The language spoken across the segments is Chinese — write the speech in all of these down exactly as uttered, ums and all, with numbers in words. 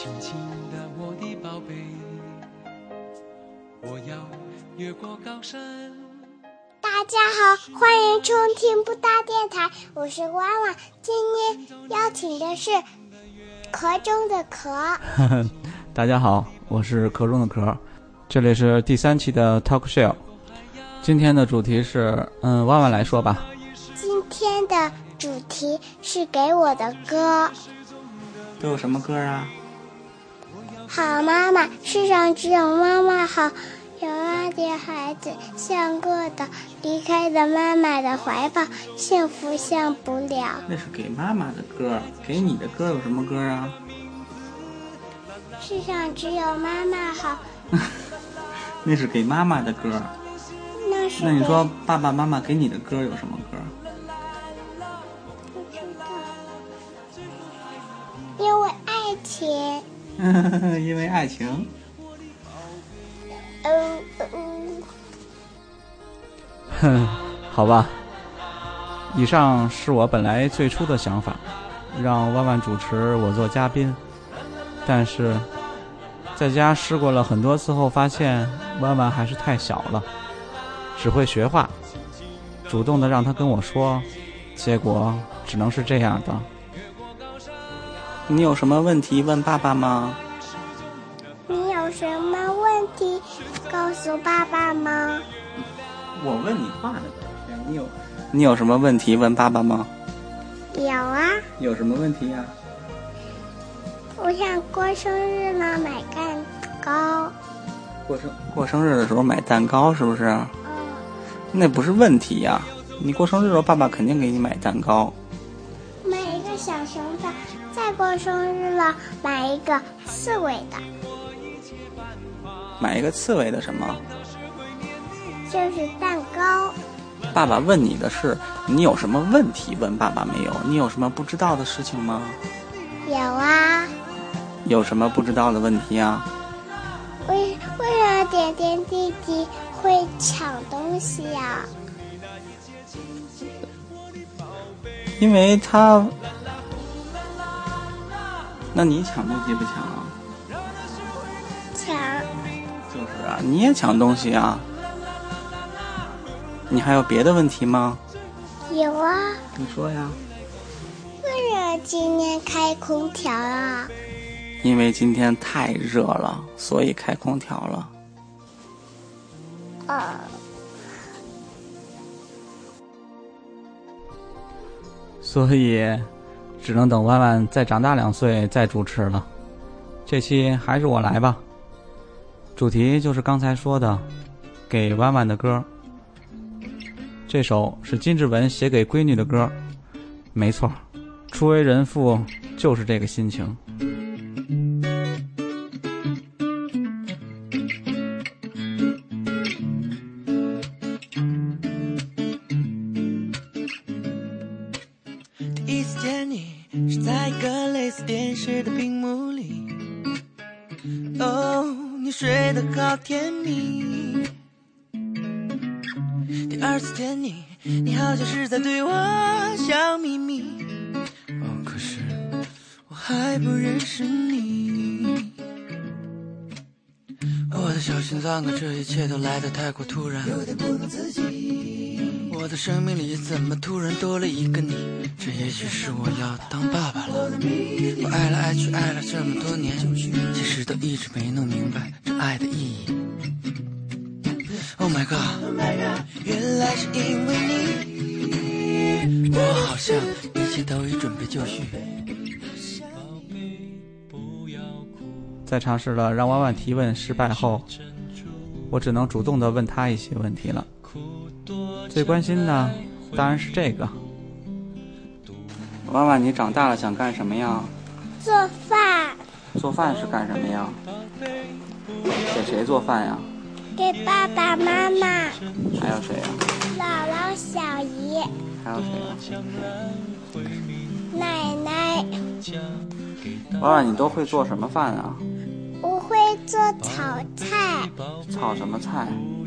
轻轻的我的宝贝，我要越过高山。 大家好，欢迎收听布达电台，我是娃娃。今天邀请的是壳中的壳。 大家好，我是壳中的壳，这里是第三期的 Talk Show。今天的主题是，嗯，娃娃来说吧。 今天的主题是给我的歌。 都有什么歌啊？ 好妈妈，世上只有妈妈好。有爱的孩子像个的离开了妈妈的怀抱，幸福像不了。 那是给妈妈的歌，给你的歌有什么歌啊？ 世上只有妈妈好。 那是给妈妈的歌。 那是那你说爸爸妈妈给你的歌有什么歌？ 不知道，因为爱情。 因为爱情。 嗯嗯。 哼，好吧。以上是我本来最初的想法，让万万主持，我做嘉宾。但是在家试过了很多次后，发现万万还是太小了，只会学话。主动的让他跟我说，结果只能是这样的。你有什么问题问爸爸吗？ 你有什么问题告诉爸爸吗？ 我问你话呢，你有你有什么问题问爸爸吗？ 有啊。 有什么问题呀？ 我想过生日了，买蛋糕。 过生过生日的时候买蛋糕是不是？ 嗯。 那不是问题呀，你过生日的时候爸爸肯定给你买蛋糕。 买一个小熊的，再过生日了买一个刺猬的。 买一个刺猬的什么？ 就是蛋糕。 爸爸问你的是你有什么问题问爸爸没有？你有什么不知道的事情吗？ 有啊。 有什么不知道的问题啊？ 为为什么点点弟弟会抢东西呀？ 因为他……那你抢东西不抢啊？ 抢。 就是啊，你也抢东西啊。你还有别的问题吗？ 有啊。 你说呀。 为什么今天开空调啊？ 因为今天太热了，所以开空调了。 呃。 所以只能等万万再长大两岁再主持了。这期还是我来吧。主题就是刚才说的给万万的歌。这首是金志文写给闺女的歌。没错，初为人父就是这个心情。 第一次见你是在一个类似电视的屏幕里，哦，你睡得好甜蜜。第二次见你，你好像是在对我笑眯眯，哦，可是我还不认识你。我的小心脏啊，这一切都来得太过突然，有点不能自己。我的生命里怎么突然多了一个你？这也许是我要当爸爸了。我爱来爱去爱了这么多年，其实都一直没弄明白这爱的意义。Oh my god， 原来是因为你，我好像一切都已准备就绪。 在尝试了让万万提问失败后，我只能主动地问他一些问题了。最关心的当然是这个。万万，你长大了想干什么呀？ 做饭。 做饭是干什么呀？给谁做饭呀？ 给爸爸妈妈。 还有谁呀？ 姥姥、小姨。 还有谁呀？ 奶奶。 万万，你都会做什么饭啊？ 我会做炒菜。 炒什么菜？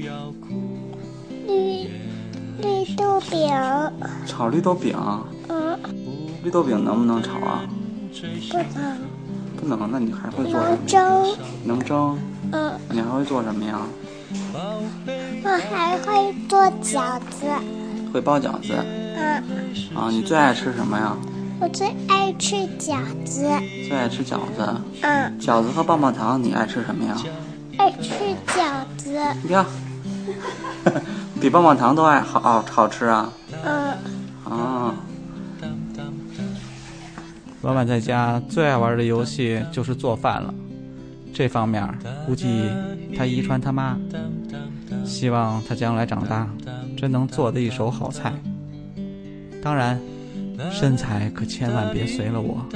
绿绿豆饼。 炒绿豆饼？ 嗯。 绿豆饼能不能炒啊？ 不能。 不能，那你还会做什么？ 能蒸。 能蒸？ 嗯。 你还会做什么呀？ 我还会做饺子。 会包饺子？ 嗯。 啊，你最爱吃什么呀？ 我最爱吃饺子。 最爱吃饺子？ 嗯。 饺子和棒棒糖，你爱吃什么呀？ 爱吃饺子。 呀，比棒棒糖都爱好好好吃啊。 嗯。 啊。 婉婉在家最爱玩的游戏就是做饭了，这方面估计他遗传他妈，希望他将来长大真能做得一手好菜。当然身材可千万别随了我。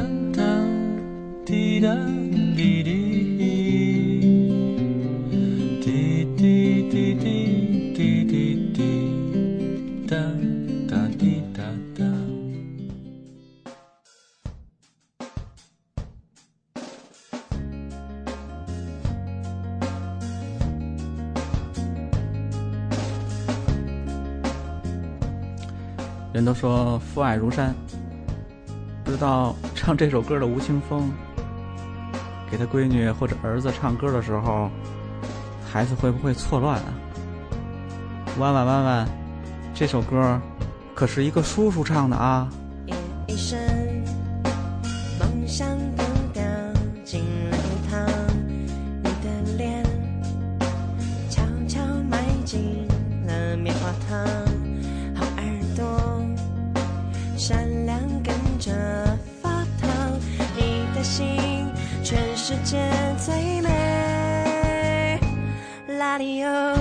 人都说父爱如山，不知道唱这首歌的吴青峰给他闺女或者儿子唱歌的时候，孩子会不会错乱啊？弯弯弯弯，这首歌可是一个叔叔唱的啊。 一生梦想都掉进了汤，你的脸悄悄埋进了棉花糖，好耳朵善良跟着发烫，你的心全世界最美，啦哩哦。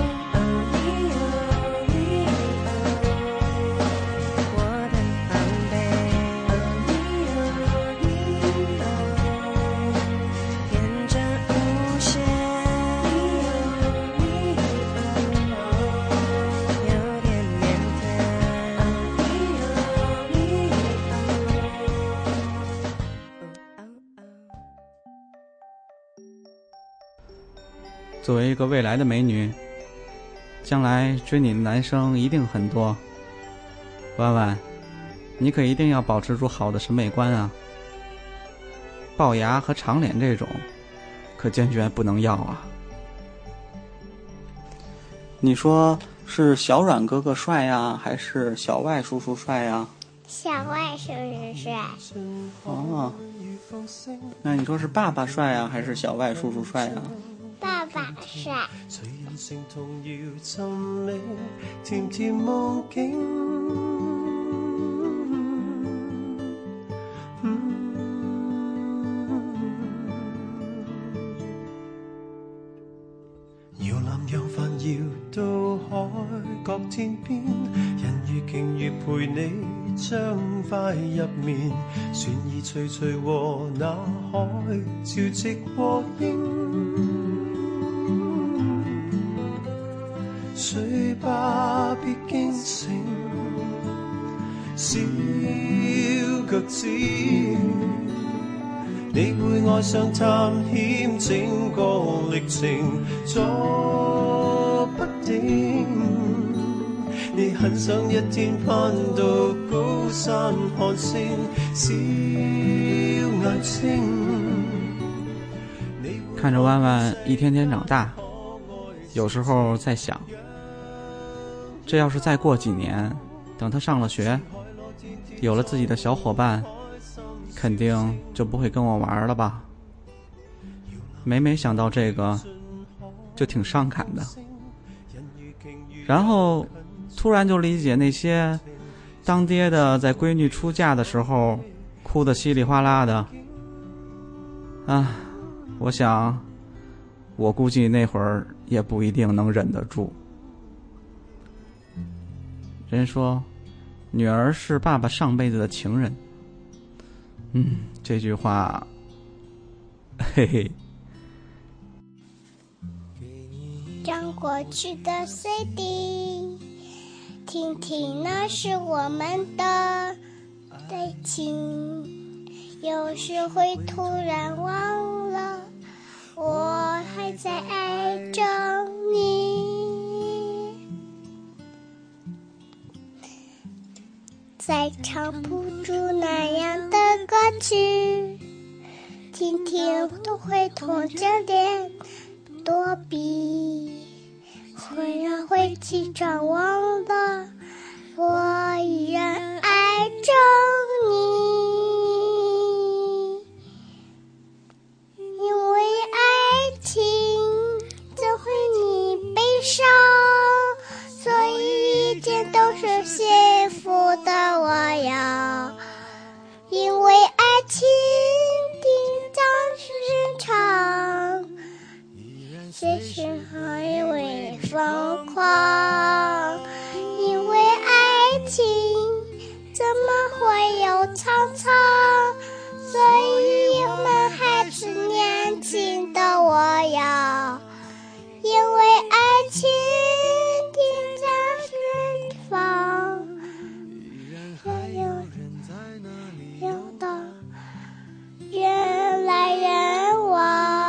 作为一个未来的美女，将来追你的男生一定很多。婉婉，你可一定要保持住好的审美观啊！龅牙和长脸这种，可坚决不能要啊！ 你说是小阮哥哥帅呀，还是小外叔叔帅呀？ 小外叔叔帅。 哦，那你说是爸爸帅呀，还是小外叔叔帅呀？ 爸爸帅。 甜甜夢境，搖籃揚帆搖到海角天邊，人如鯨魚陪你將快入眠，船兒徐徐和那海潮汐和鷹。睡吧別驚醒，小腳趾，你會愛上探險整個歷程，坐不定。你很想一天攀到高山看星，小眼睛。 看着弯弯一天天长大，有时候在想，这要是再过几年，等他上了学，有了自己的小伙伴，肯定就不会跟我玩了吧。每每想到这个，就挺伤感的。然后突然就理解那些当爹的在闺女出嫁的时候哭得稀里哗啦的啊，我想我估计那会儿也不一定能忍得住。人说女儿是爸爸上辈子的情人，嗯，这句话嘿嘿。 将过去的 C D 听听，那是我们的爱情，有时会突然忘了我还在爱着你，再唱不出那样的歌曲， 听听都会痛着脸躲避，虽然会起床忘了，我依然爱着你，因为爱情怎会你悲伤，所以一切都是幸福的我要，因为爱情的长时长，随时会为你疯狂，因为爱情怎么会有苍苍，所以我们还是年轻的我要，因为爱情的长时长，还有有的人来人往。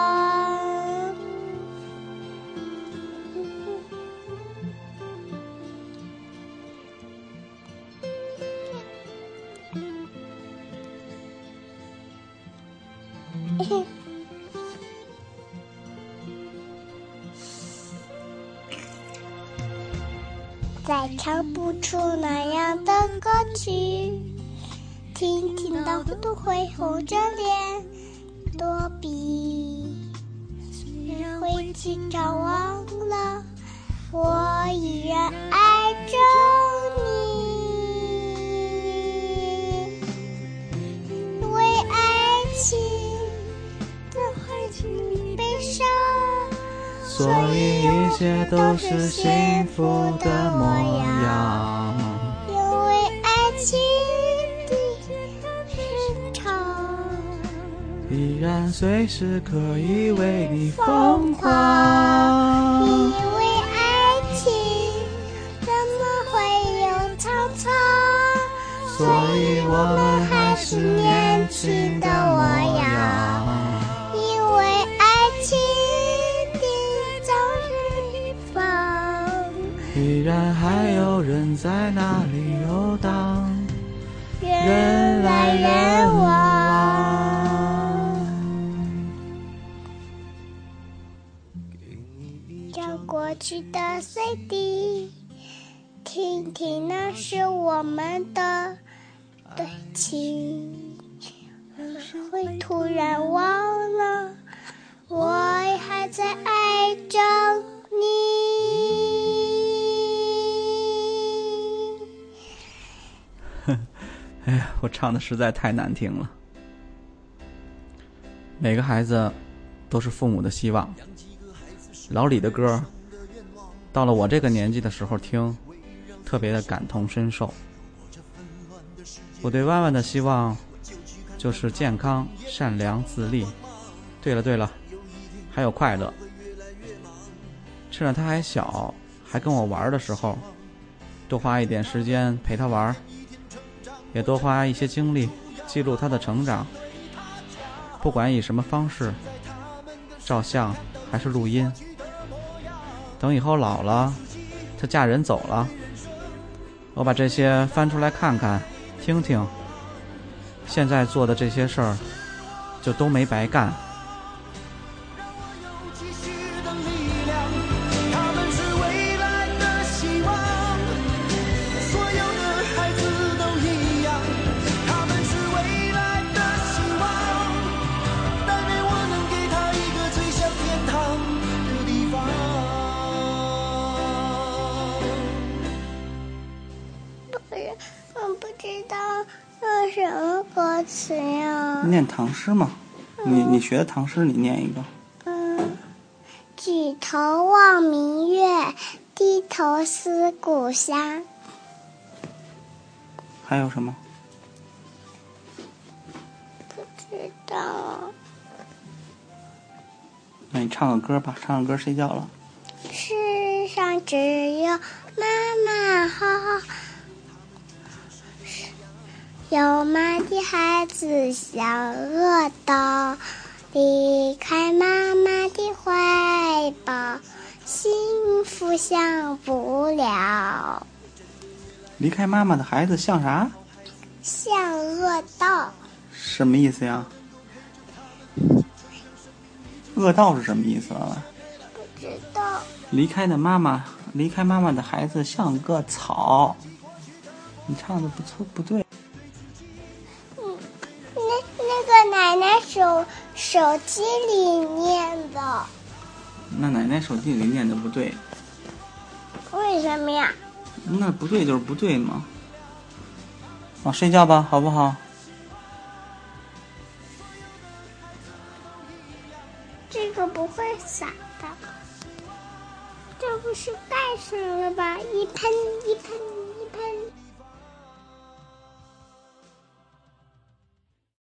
再唱不出那样的歌曲，听听到都会红着脸躲避，虽然会起床忘了，我依然爱着你，因为爱情怎会你悲伤， 所以一切都是幸福的模样， 因为爱情的时长， 依然随时可以为你疯狂， 因为爱情怎么会有苍苍， 所以我们还是年轻的模样， 因为爱情依然还有人在那里游荡，人来人往。 让过去的随地，听听那是我们的对情，会突然忘了，我还在爱着你。 哎呀，我唱的实在太难听了。每个孩子都是父母的希望。老李的歌，到了我这个年纪的时候听，特别的感同身受。我对弯弯的希望就是健康、善良、自立。对了对了，还有快乐。趁着他还小，还跟我玩的时候，多花一点时间陪他玩，也多花一些精力记录他的成长，不管以什么方式，照相还是录音。等以后老了，她嫁人走了，我把这些翻出来看看听听，现在做的这些事儿就都没白干。 什么歌词呀？ 念唐诗嘛，嗯、你你学的唐诗，你念一个。 嗯，举头望明月，低头思故乡。 还有什么？ 不知道。 那你唱个歌吧，唱个歌睡觉了。 世上只有妈妈好。有妈的孩子想饿到，离开妈妈的怀抱，幸福享不了。 离开妈妈的孩子像啥？ 像饿到。 什么意思呀？ 饿到是什么意思啊？ 不知道。 离开的妈妈，离开妈妈的孩子像个草。你唱的不错，不对。 嗯，那那个奶奶手手机里念的。 那奶奶手机里念的不对。 为什么呀？ 那不对就是不对嘛。啊，睡觉吧，好不好？ 这个不会洒的，这不是盖上了吧？一喷一喷。